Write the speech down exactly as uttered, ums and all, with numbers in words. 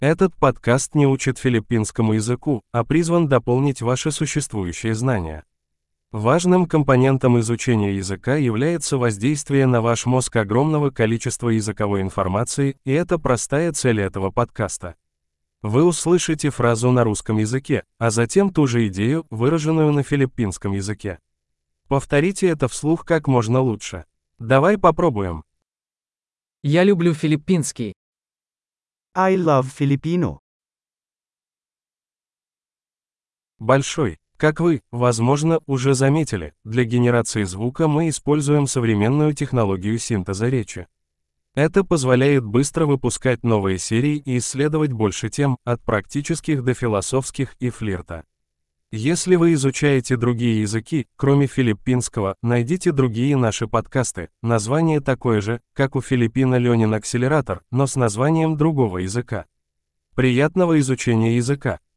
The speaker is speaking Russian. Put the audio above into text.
Этот подкаст не учит филиппинскому языку, а призван дополнить ваши существующие знания. Важным компонентом изучения языка является воздействие на ваш мозг огромного количества языковой информации, и это простая цель этого подкаста. Вы услышите фразу на русском языке, а затем ту же идею, выраженную на филиппинском языке. Повторите это вслух как можно лучше. Давай попробуем. Я люблю филиппинский. I love Filipino. Большой. Как вы, возможно, уже заметили, для генерации звука мы используем современную технологию синтеза речи. Это позволяет быстро выпускать новые серии и исследовать больше тем, от практических до философских и флирта. Если вы изучаете другие языки, кроме филиппинского, найдите другие наши подкасты. Название такое же, как у Филиппино Learning Accelerator, но с названием другого языка. Приятного изучения языка!